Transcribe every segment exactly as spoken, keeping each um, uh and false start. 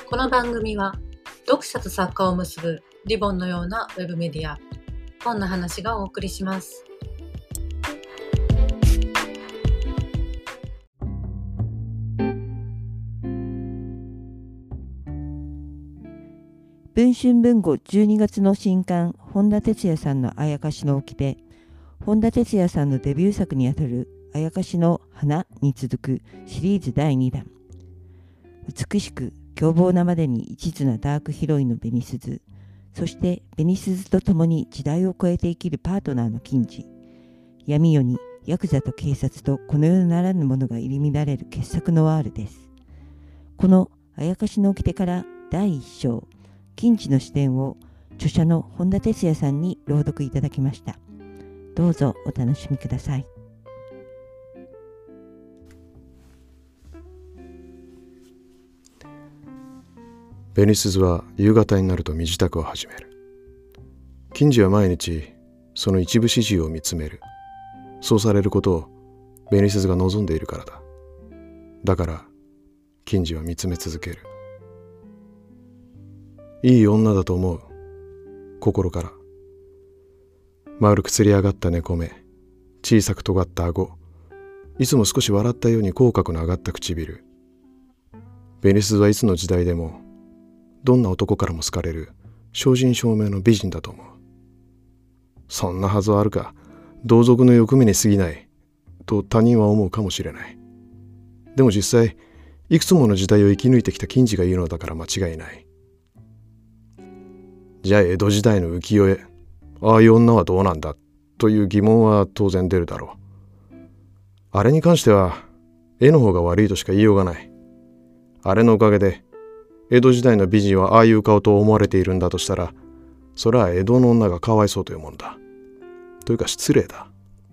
この番組は読者と作家を結ぶリボンのようなウェブメディア、本の話がお送りします。 文春文庫じゅうにがつの新刊、本田哲也さんのあやかしの掟。本田哲也さんのデビュー作にあたるあやかしの花に続くシリーズだいにだん。美しく凶暴なまでに一途なダークヒロインの紅鈴、そして紅鈴と共に時代を超えて生きるパートナーの金次。闇夜にヤクザと警察とこの世ならぬものが入り乱れる傑作ノワールです。このあやかしの掟からだいいっ章、金次の視点を著者の本田哲也さんに朗読いただきました。どうぞお楽しみください。 紅鈴は夕方になると身支度を始める。金次は毎日その一部始終を見つめる。そうされることを紅鈴が望んでいるからだ。だから金次は見つめ続ける。いい女だと思う。心から。丸くつり上がった猫目、小さく尖った顎、いつも少し笑ったように口角の上がった唇。紅鈴はいつの時代でもどんな男からも好かれる正真正銘の美人だと思う。そんなはずはあるか、同族の欲目に過ぎないと他人は思うかもしれない。でも実際いくつもの時代を生き抜いてきた金次が言うのだから間違いない。じゃあ江戸時代の浮世絵、ああいう女はどうなんだという疑問は当然出るだろう。あれに関しては絵の方が悪いとしか言いようがない。あれのおかげで江戸時代の美人はああいう顔と思われているんだとしたら、それは江戸の女がかわいそうというもんだ。というか失礼だ。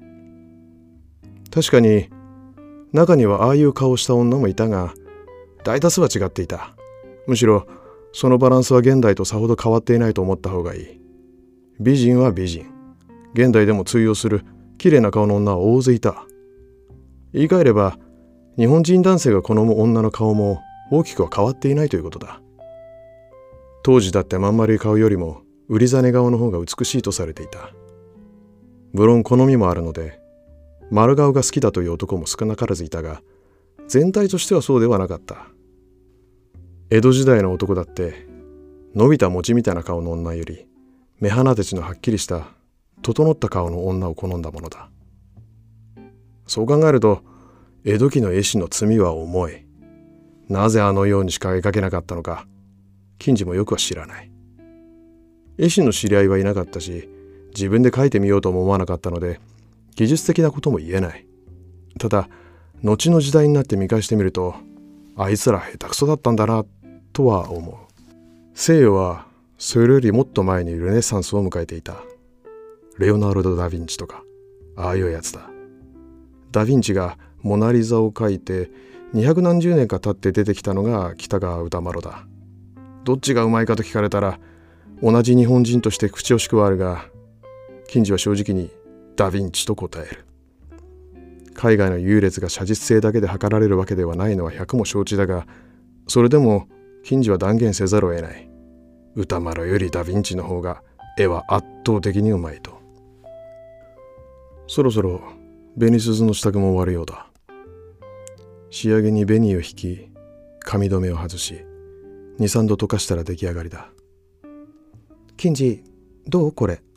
確かに中にはああいう顔をした女もいたが、大多数は違っていた。むしろそのバランスは現代とさほど変わっていないと思った方がいい。美人は美人。現代でも通用する綺麗な顔の女は大勢いた。言い換えれば、日本人男性が好む女の顔も大きくは変わっていないということだ。当時だってまん丸い顔よりも売りざね顔の方が美しいとされていた。無論好みもあるので、丸顔が好きだという男も少なからずいたが、全体としてはそうではなかった。江戸時代の男だって伸びた餅みたいな顔の女より目鼻立ちのはっきりした整った顔の女を好んだものだ。そう考えると江戸期の絵師の罪は重い。なぜあのようにしか描けなかったのか、金次もよくは知らない。絵師の知り合いはいなかったし、自分で描いてみようとも思わなかったので技術的なことも言えない。ただ後の時代になって見返してみると、あいつら下手くそだったんだなとは思う。西洋はそれよりもっと前にルネサンスを迎えていた。レオナルド・ダ・ヴィンチとかああいうやつだ。ダ・ヴィンチがモナリザを描いて二百何十年か経って出てきたのが北川歌麿だ。どっちがうまいかと聞かれたら同じ日本人として口惜しくはあるが、金次は正直にダ・ヴィンチと答える。海外の優劣が写実性だけで測られるわけではないのは百も承知だが、それでも金次は断言せざるを得ない。歌麿よりダ・ヴィンチの方が絵は圧倒的にうまいと。そろそろ紅鈴の支度も終わるようだ。仕上げに紅を引き、髪留めを外し、二三度溶かしたら出来上がりだ。金次、どうこれ。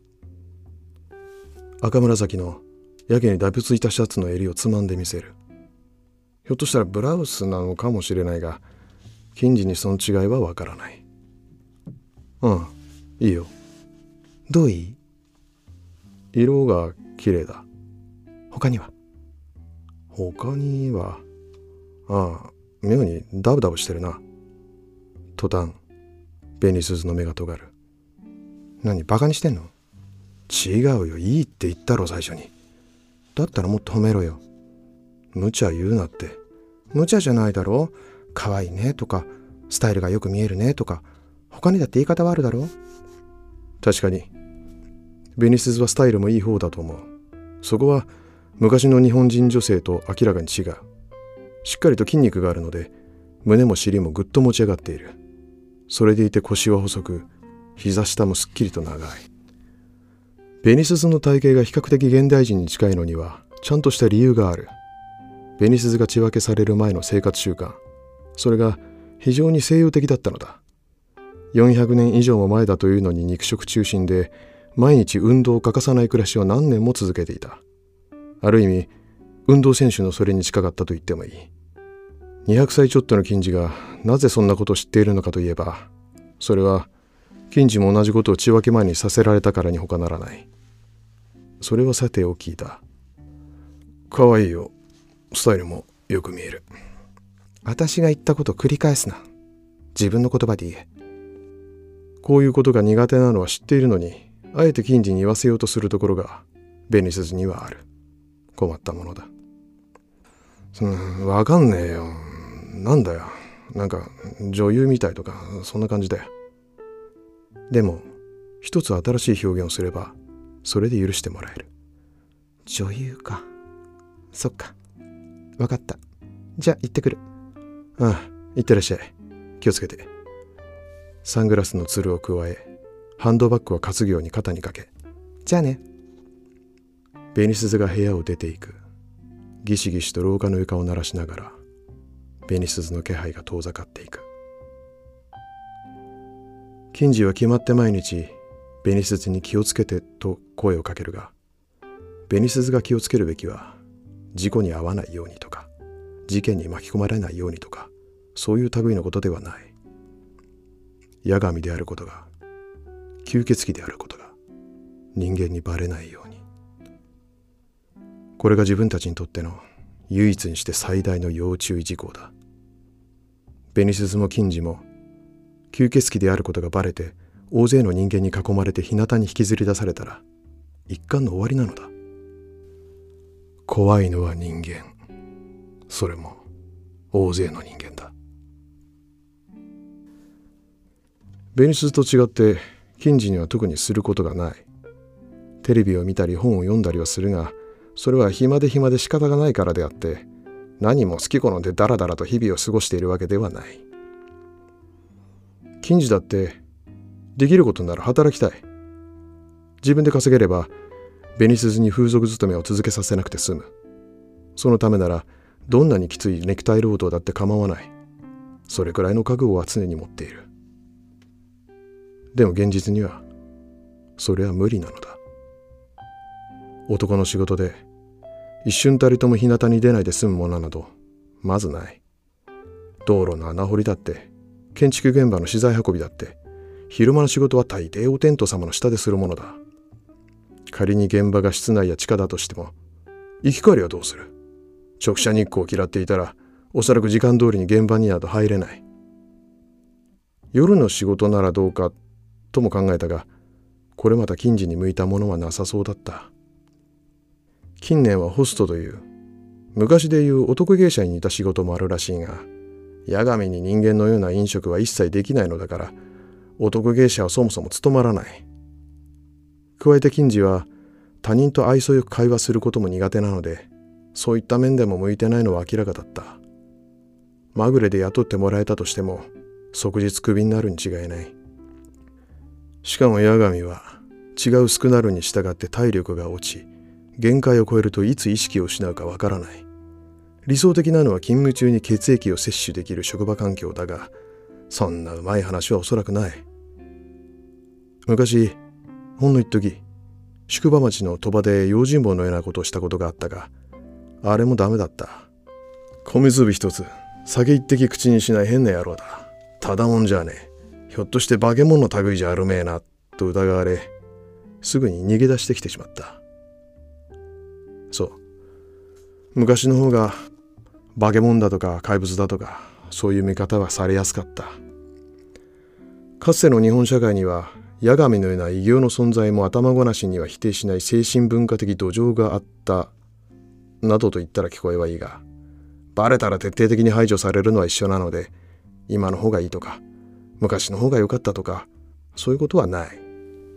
赤紫のやけにダブついたシャツの襟をつまんでみせる。ひょっとしたらブラウスなのかもしれないが、金次にその違いはわからない。うん、いいよ。どういい？色が綺麗だ。他には？他には、ああ、妙にダブダブしてるな。途端、紅鈴の目が尖る。何、バカにしてんの？違うよ、いいって言ったろ最初に。だったらもっと褒めろよ。無茶言うなって。無茶じゃないだろ。可愛いねとか、スタイルがよく見えるねとか、他にだって言い方はあるだろ。確かに紅鈴はスタイルもいい方だと思う。そこは昔の日本人女性と明らかに違う。しっかりと筋肉があるので胸も尻もぐっと持ち上がっている。 それでいて腰は細く、膝下もすっきりと長い。紅鈴の体型が比較的現代人に近いのにはちゃんとした理由がある。紅鈴が血分けされる前の生活習慣、それが非常に西洋的だったのだ。よんひゃくねん以上も前だというのに肉食中心で、毎日運動を欠かさない暮らしを何年も続けていた。ある意味、運動選手のそれに近かったと言ってもいい。にひゃくさいちょっとの金次がなぜそんなことを知っているのかといえば、それは金次も同じことを血分け前にさせられたからに他ならない。それはさておきだ。かわいいよ。スタイルもよく見える。私が言ったことを繰り返すな。自分の言葉で言え。こういうことが苦手なのは知っているのに、あえて金次に言わせようとするところが紅鈴にはある。困ったものだ。うん、わかんねえよ。なんだよ。なんか女優みたいとかそんな感じだよ。でも一つ新しい表現をすればそれで許してもらえる。女優か。そっか。わかった。じゃあ行ってくる。ああ、行ってらっしゃい。気をつけて。サングラスのつるを加え、ハンドバッグは担ぐように肩にかけ、じゃあね。紅鈴が部屋を出ていく。ギシギシと廊下の床を鳴らしながら、紅鈴の気配が遠ざかっていく。金次は決まって毎日、紅鈴に気をつけてと声をかけるが、紅鈴が気をつけるべきは、事故に遭わないようにとか、事件に巻き込まれないようにとか、そういう類のことではない。八神であることが、吸血鬼であることが、人間にバレないように。これが自分たちにとっての唯一にして最大の要注意事項だ。紅鈴も金次も、吸血鬼であることがバレて、大勢の人間に囲まれて日向に引きずり出されたら、一巻の終わりなのだ。怖いのは人間。それも大勢の人間だ。紅鈴と違って金次には特にすることがない。テレビを見たり本を読んだりはするが、それは暇で暇で仕方がないからであって、何も好き好んでダラダラと日々を過ごしているわけではない。金次だってできることなら働きたい。自分で稼げれば紅鈴に風俗勤めを続けさせなくて済む。そのためならどんなにきついネクタイ労働だって構わない。それくらいの覚悟は常に持っている。でも現実にはそれは無理なのだ。男の仕事で一瞬たりとも日向に出ないで済むものなどまずない。道路の穴掘りだって建築現場の資材運びだって昼間の仕事は大抵お天道様の下でするものだ。仮に現場が室内や地下だとしても行き帰りはどうする。直射日光を嫌っていたらおそらく時間通りに現場になど入れない。夜の仕事ならどうかとも考えたが、これまた金次に向いたものはなさそうだった。近年はホストという昔でいう男芸者に似た仕事もあるらしいが、八神に人間のような飲食は一切できないのだから男芸者はそもそも務まらない。加えて金次は他人と愛想よく会話することも苦手なので、そういった面でも向いてないのは明らかだった。まぐれで雇ってもらえたとしても即日クビになるに違いない。しかも八神は血が薄くなるに従って体力が落ち、限界を超えるといつ意識を失うかわからない。理想的なのは勤務中に血液を摂取できる職場環境だが、そんなうまい話はおそらくない。昔ほんの一時宿場町の賭場で用心棒のようなことをしたことがあったが、あれもダメだった。米粒一つ酒一滴口にしない変な野郎だ。ただもんじゃねえ。ひょっとして化け物の類じゃあるめえなと疑われ、すぐに逃げ出してきてしまった。そう、昔の方が化け物だとか怪物だとかそういう見方はされやすかった。かつての日本社会には八神のような異形の存在も頭ごなしには否定しない精神文化的土壌があったなどと言ったら聞こえはいいが、バレたら徹底的に排除されるのは一緒なので、今の方がいいとか昔の方が良かったとかそういうことはない。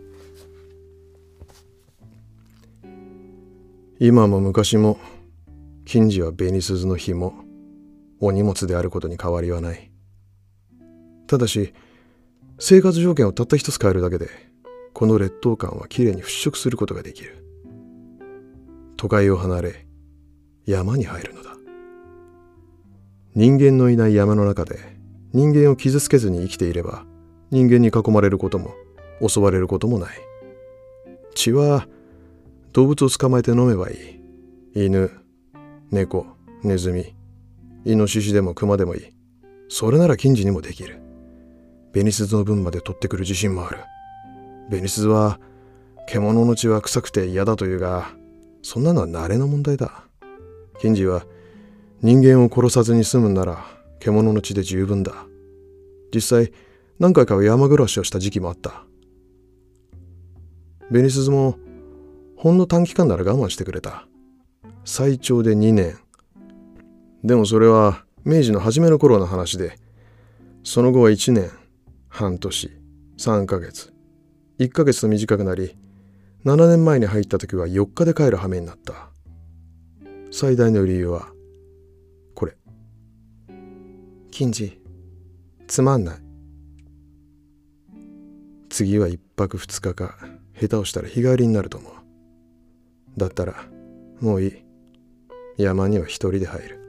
今も昔も金次は紅鈴の紐、お荷物であることに変わりはない。ただし生活条件をたった一つ変えるだけで、この劣等感はきれいに払拭することができる。都会を離れ、山に入るのだ。人間のいない山の中で人間を傷つけずに生きていれば、人間に囲まれることも襲われることもない。血は動物を捕まえて飲めばいい。犬、猫、ネズミ、イノシシでもクマでもいい。それなら金次にもできる。ベニスズの分まで取ってくる自信もある。ベニスズは獣の血は臭くて嫌だというが、そんなのは慣れの問題だ。金次は人間を殺さずに済むなら獣の血で十分だ。実際何回かは山暮らしをした時期もあった。ベニスズもほんの短期間なら我慢してくれた。最長でにねん。でもそれは明治の初めの頃の話で、その後はいちねん、半年、さんかげつ、いっかげつと短くなり、ななねんまえに入った時はよっかで帰る羽目になった。最大の理由はこれ。金次、つまんない。次はいっぱくふつかか、下手をしたら日帰りになると思う。だったらもういい。山には一人で入る。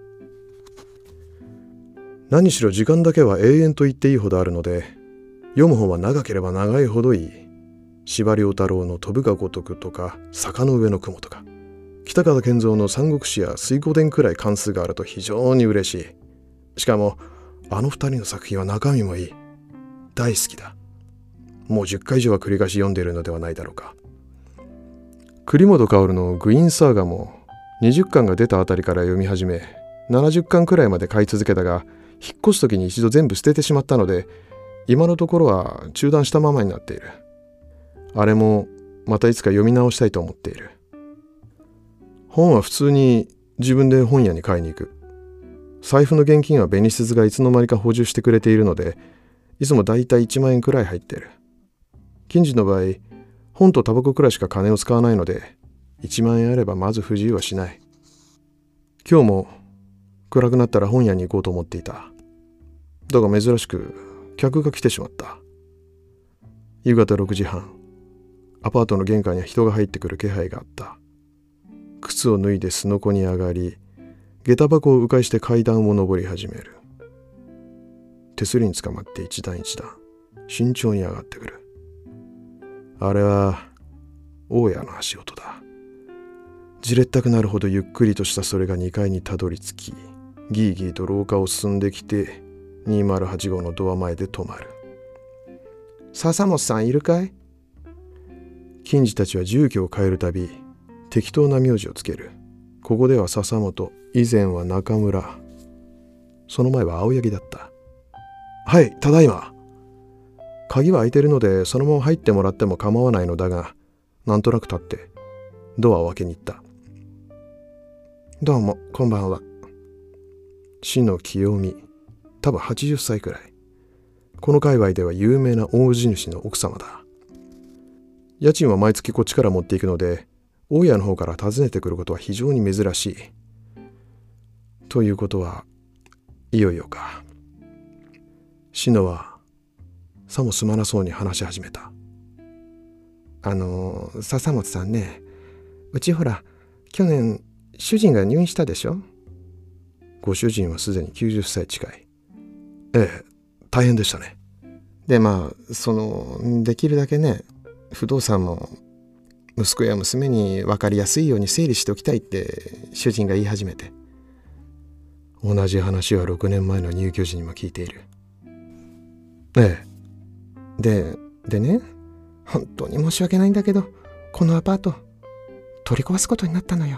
何しろ時間だけは永遠と言っていいほどあるので、読む本は長ければ長いほどいい。司馬遼太郎の飛ぶが如くとか、坂の上の雲とか、北方健三の三国志や水滸伝くらい関数があると非常に嬉しい。しかもあの二人の作品は中身もいい。大好きだ。もうじゅっかい以上は繰り返し読んでいるのではないだろうか。栗本薫のグイーンサーガもにじゅっかんが出たあたりから読み始め、ななじゅっかんくらいまで買い続けたが、引っ越す時に一度全部捨ててしまったので、今のところは中断したままになっている。あれもまたいつか読み直したいと思っている。本は普通に自分で本屋に買いに行く。財布の現金はベニスズがいつの間にか補充してくれているので、いつもだいたいいちまんえんくらい入っている。金次の場合、本とタバコくらいしか金を使わないので、いちまんえんあればまず不自由はしない。今日も暗くなったら本屋に行こうと思っていた。だが珍しく客が来てしまった。夕方ろくじはん、アパートの玄関に人が入ってくる気配があった。靴を脱いですのこに上がり、下駄箱を迂回して階段を上り始める。手すりにつかまって一段一段慎重に上がってくる。あれは大家の足音だ。じれったくなるほどゆっくりとしたそれがにかいにたどり着き、ギーギーと廊下を進んできてにまるはちごうのドア前で止まる。笹本さんいるかい？金次たちは住居を変えるたび適当な名字をつける。ここでは笹本、以前は中村、その前は青柳だった。はい、ただいま。鍵は開いてるのでそのまま入ってもらっても構わないのだが、なんとなく立ってドアを開けに行った。どうもこんばんは。篠清美、多分はちじゅっさいくらい。この界隈では有名な大地主の奥様だ。家賃は毎月こっちから持っていくので、大家の方から訪ねてくることは非常に珍しい。ということはいよいよか。篠はさもすまなそうに話し始めた。あの笹本さんね、うちほら去年主人が入院したでしょ。ご主人はすでにきゅうじゅっさい近い。ええ、大変でしたね。でまあそのできるだけね、不動産も息子や娘に分かりやすいように整理しておきたいって主人が言い始めて。同じ話はろくねんまえの入居時にも聞いている。ええ。で、でね、本当に申し訳ないんだけど、このアパート取り壊すことになったのよ。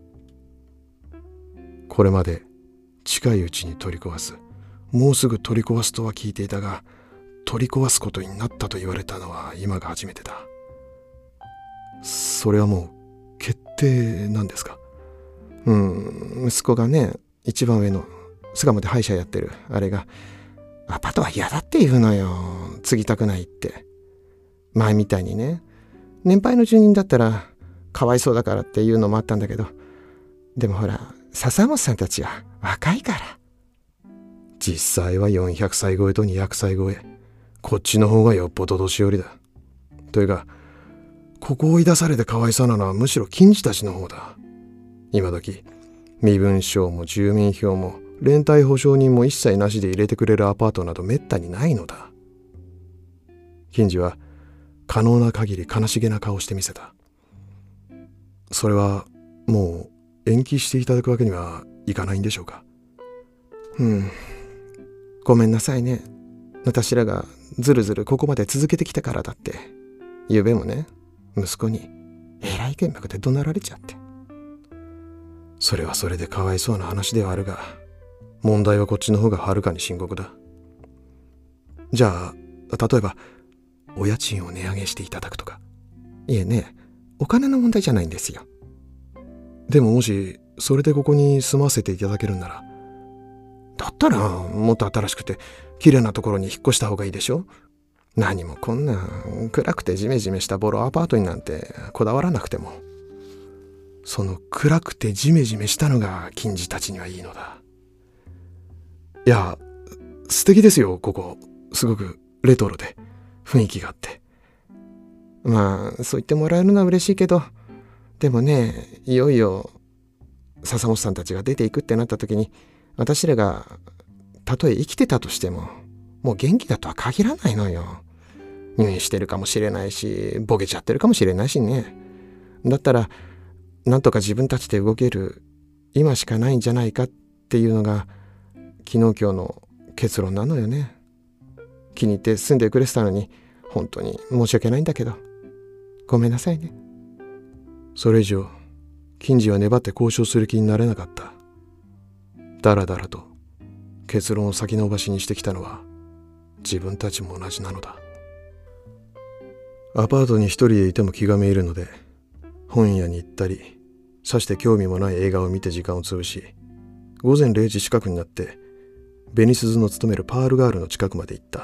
これまで近いうちに取り壊す、もうすぐ取り壊すとは聞いていたが、取り壊すことになったと言われたのは今が初めてだ。それはもう決定なんですか？うん、息子がね、一番上の巣鴨で歯医者やってるあれが、アパートは嫌だって言うのよ。継ぎたくないって。前みたいにね、年配の住人だったらかわいそうだからっていうのもあったんだけど、でもほら笹本さんたちは若いから。実際はよんひゃくさい超えとにひゃくさい超え。 こっちの方がよっぽど年寄りだ。というか、ここを追い出されてかわいそうなのはむしろ金次たちの方だ。今時、身分証も住民票も連帯保証人も一切なしで入れてくれるアパートなどめったにないのだ。金次は可能な限り悲しげな顔をしてみせた。それはもう延期していただくわけにはいかないんでしょうか。うん、ごめんなさいね。私らがずるずるここまで続けてきたからだって。ゆうべもね、息子にえらい剣幕で怒鳴られちゃって。それはそれでかわいそうな話ではあるが、問題はこっちの方がはるかに深刻だ。じゃあ、例えばお家賃を値上げしていただくとか。いえね、お金の問題じゃないんですよ。でももしそれでここに住ませていただけるんなら、だったらもっと新しくて綺麗なところに引っ越した方がいいでしょ。何もこんな暗くてジメジメしたボロアパートになんてこだわらなくても、その暗くてジメジメしたのが金次たちにはいいのだ。いや、素敵ですよ、ここ。すごくレトロで雰囲気があって。まあそう言ってもらえるのは嬉しいけど、でもね、いよいよ笹本さんたちが出ていくってなった時に、私らがたとえ生きてたとしてももう元気だとは限らないのよ。入院してるかもしれないし、ボケちゃってるかもしれないしね。だったらなんとか自分たちで動ける今しかないんじゃないかっていうのが昨日今日の結論なのよね。気に入って住んでくれてたのに本当に申し訳ないんだけど、ごめんなさいね。それ以上金次は粘って交渉する気になれなかった。だらだらと結論を先延ばしにしてきたのは自分たちも同じなのだ。アパートに一人でいても気がめいるので、本屋に行ったり、さして興味もない映画を見て時間を潰し、午前れいじ近くになって紅鈴の勤めるパールガールの近くまで行った。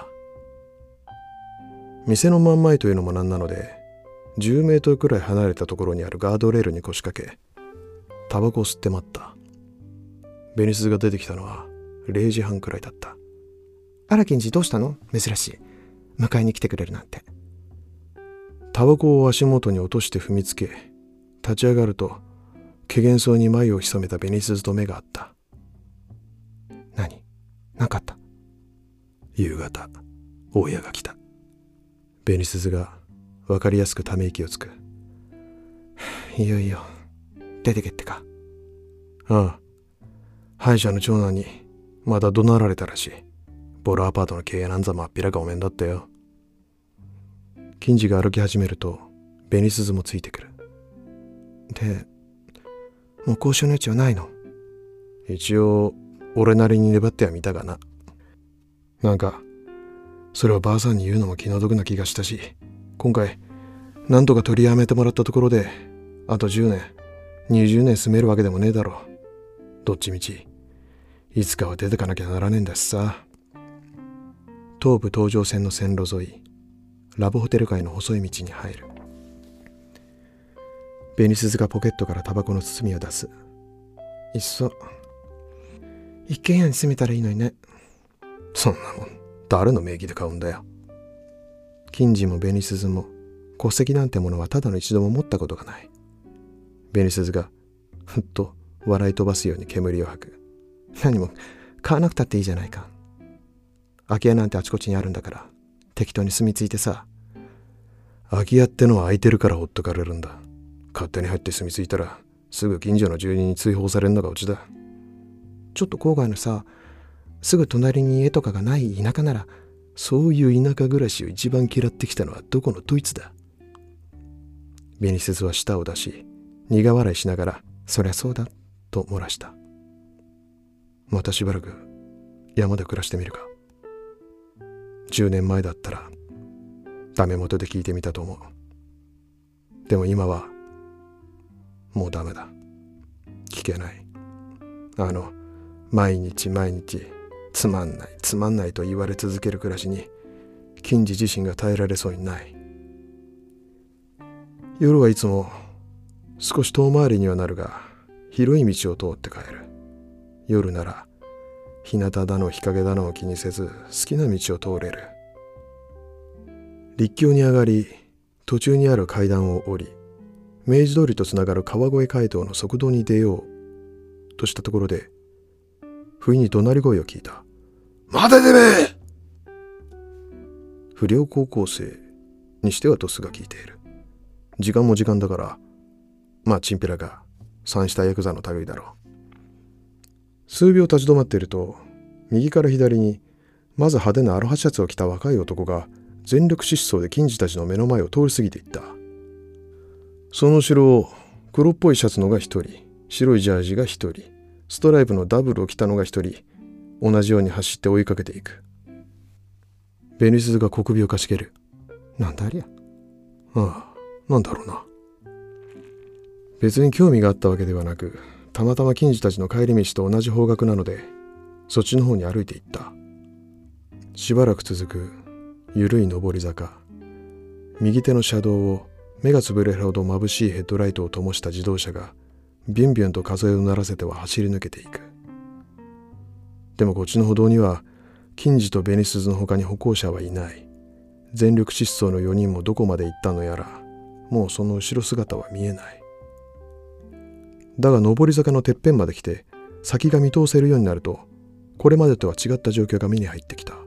店の真ん前というのもなんなので、じゅうメートルくらい離れたところにあるガードレールに腰掛け、タバコを吸って待った。紅鈴が出てきたのはれいじはんくらいだった。あら、金次どうしたの？珍しい。迎えに来てくれるなんて。タバコを足元に落として踏みつけ、立ち上がると、怪げそうに眉を潜めた紅鈴と目があった。何？なかった？夕方、大家が来た。紅鈴がわかりやすくため息をつく。いよいよ、出てけってか。ああ。歯医者の長男にまだ怒鳴られたらしい。ボロアパートの経営なんざまっぴらかお面だったよ。金次が歩き始めると紅鈴もついてくる。で、もう交渉の余地はないの？一応俺なりに粘ってはみたがな。なんかそれをばあさんに言うのも気の毒な気がしたし、今回なんとか取りやめてもらったところで、あとじゅうねんにじゅうねん住めるわけでもねえだろう。どっちみちいつかは出てかなきゃならねえんだしさ。東武東上線の線路沿い、ラブホテル街の細い道に入る。紅鈴がポケットからタバコの包みを出す。いっそ一軒家に住めたらいいのにね。そんなもん誰の名義で買うんだよ。金次も紅鈴も戸籍なんてものはただの一度も持ったことがない。紅鈴がふっと笑い飛ばすように煙を吐く。何も買わなくたっていいじゃないか。空き家なんてあちこちにあるんだから、適当に住み着いてさ。空き家ってのは空いてるからほっとかれるんだ。勝手に入って住み着いたらすぐ近所の住人に追放されるのがうちだ。ちょっと郊外のさ、すぐ隣に家とかがない田舎なら、そういう田舎暮らしを一番嫌ってきたのはどこのドイツだ。紅鈴は舌を出し、苦笑いしながら、そりゃそうだと漏らした。またしばらく山で暮らしてみるか。じゅうねんまえだったらダメ元で聞いてみたと思う。でも今はもうダメだ。聞けない。あの毎日毎日つまんないつまんないと言われ続ける暮らしに金次自身が耐えられそうにない。夜はいつも少し遠回りにはなるが広い道を通って帰る。夜なら日向だの日陰だのを気にせず好きな道を通れる。 陸橋に上がり、途中にある階段を降り、明治通りとつながる川越街道の側道に出ようとしたところで、不意に怒鳴り声を聞いた。待ててめえ！不良高校生にしてはドスが効いている。時間も時間だから、まあチンピラが三下ヤクザの類だろう。数秒立ち止まっていると、右から左にまず派手なアロハシャツを着た若い男が全力疾走で金次たちの目の前を通り過ぎていった。その後ろを黒っぽいシャツのが一人、白いジャージが一人、ストライプのダブルを着たのが一人、同じように走って追いかけていく。紅鈴が小首をかしげる。なんだありゃ。ああ、なんだろうな。別に興味があったわけではなく、たまたま金次たちの帰り道と同じ方角なので、そっちの方に歩いていった。しばらく続く緩い上り坂。右手の車道を目がつぶれるほど眩しいヘッドライトを灯した自動車がビュンビュンと風を鳴らせては走り抜けていく。でもこっちの歩道には金次と紅鈴の他に歩行者はいない。全力疾走のよにんもどこまで行ったのやら、もうその後ろ姿は見えない。だが上り坂のてっぺんまで来て先が見通せるようになると、これまでとは違った状況が目に入ってきた。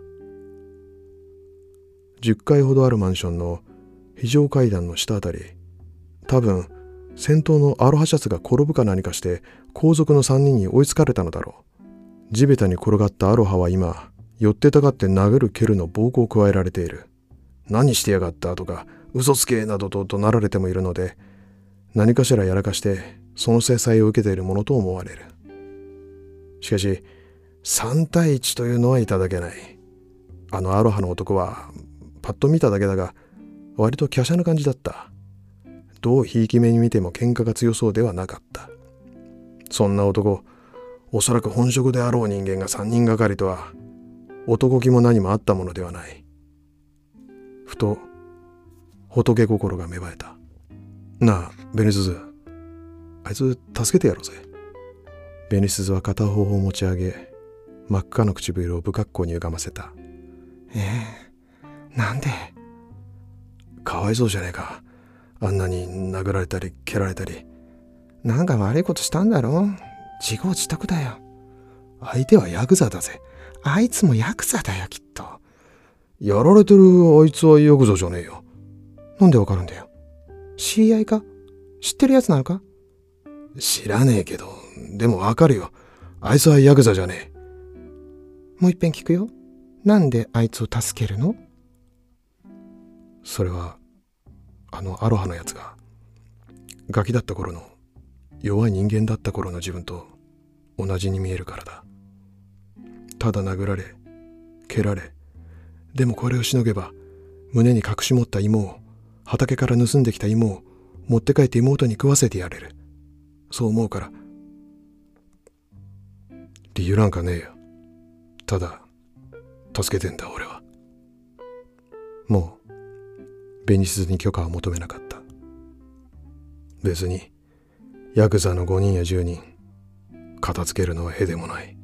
じゅっかいほどあるマンションの非常階段の下あたり、多分先頭のアロハシャツが転ぶか何かして後続のさんにんに追いつかれたのだろう。地べたに転がったアロハは今、寄ってたかって殴る蹴るの暴行を加えられている。何してやがったとか、嘘つけなどと怒鳴られてもいるので、何かしらやらかしてその制裁を受けているものと思われる。しかし、さんたいいちというのはいただけない。あのアロハの男は、パッと見ただけだが、割と華奢な感じだった。どうひいき目に見ても喧嘩が強そうではなかった。そんな男、おそらく本職であろう人間がさんにんがかりとは、男気も何もあったものではない。ふと、仏心が芽生えた。なあ、紅鈴、あいつ助けてやろうぜ。紅鈴は片方を持ち上げ、真っ赤な唇を不格好に歪ませた。ええ、なんで？かわいそうじゃねえか。あんなに殴られたり蹴られたり。なんか悪いことしたんだろ？自業自得だよ。相手はヤクザだぜ。あいつもヤクザだよ、きっと。やられてるあいつはヤクザじゃねえよ。なんでわかるんだよ。知り合いか？知ってるやつなのか？知らねえけど、でもわかるよ。あいつはヤクザじゃねえ。もう一遍聞くよ。なんであいつを助けるの？それは、あのアロハのやつが、ガキだった頃の、弱い人間だった頃の自分と同じに見えるからだ。ただ殴られ、蹴られ、でもこれをしのげば、胸に隠し持った芋を、畑から盗んできた芋を持って帰って妹に食わせてやれる。そう思うから。理由なんかねえよ。ただ、助けてんだ俺は。もう、紅鈴に許可は求めなかった。別に、ヤクザのごにんやじゅうにん、片付けるのはへでもない。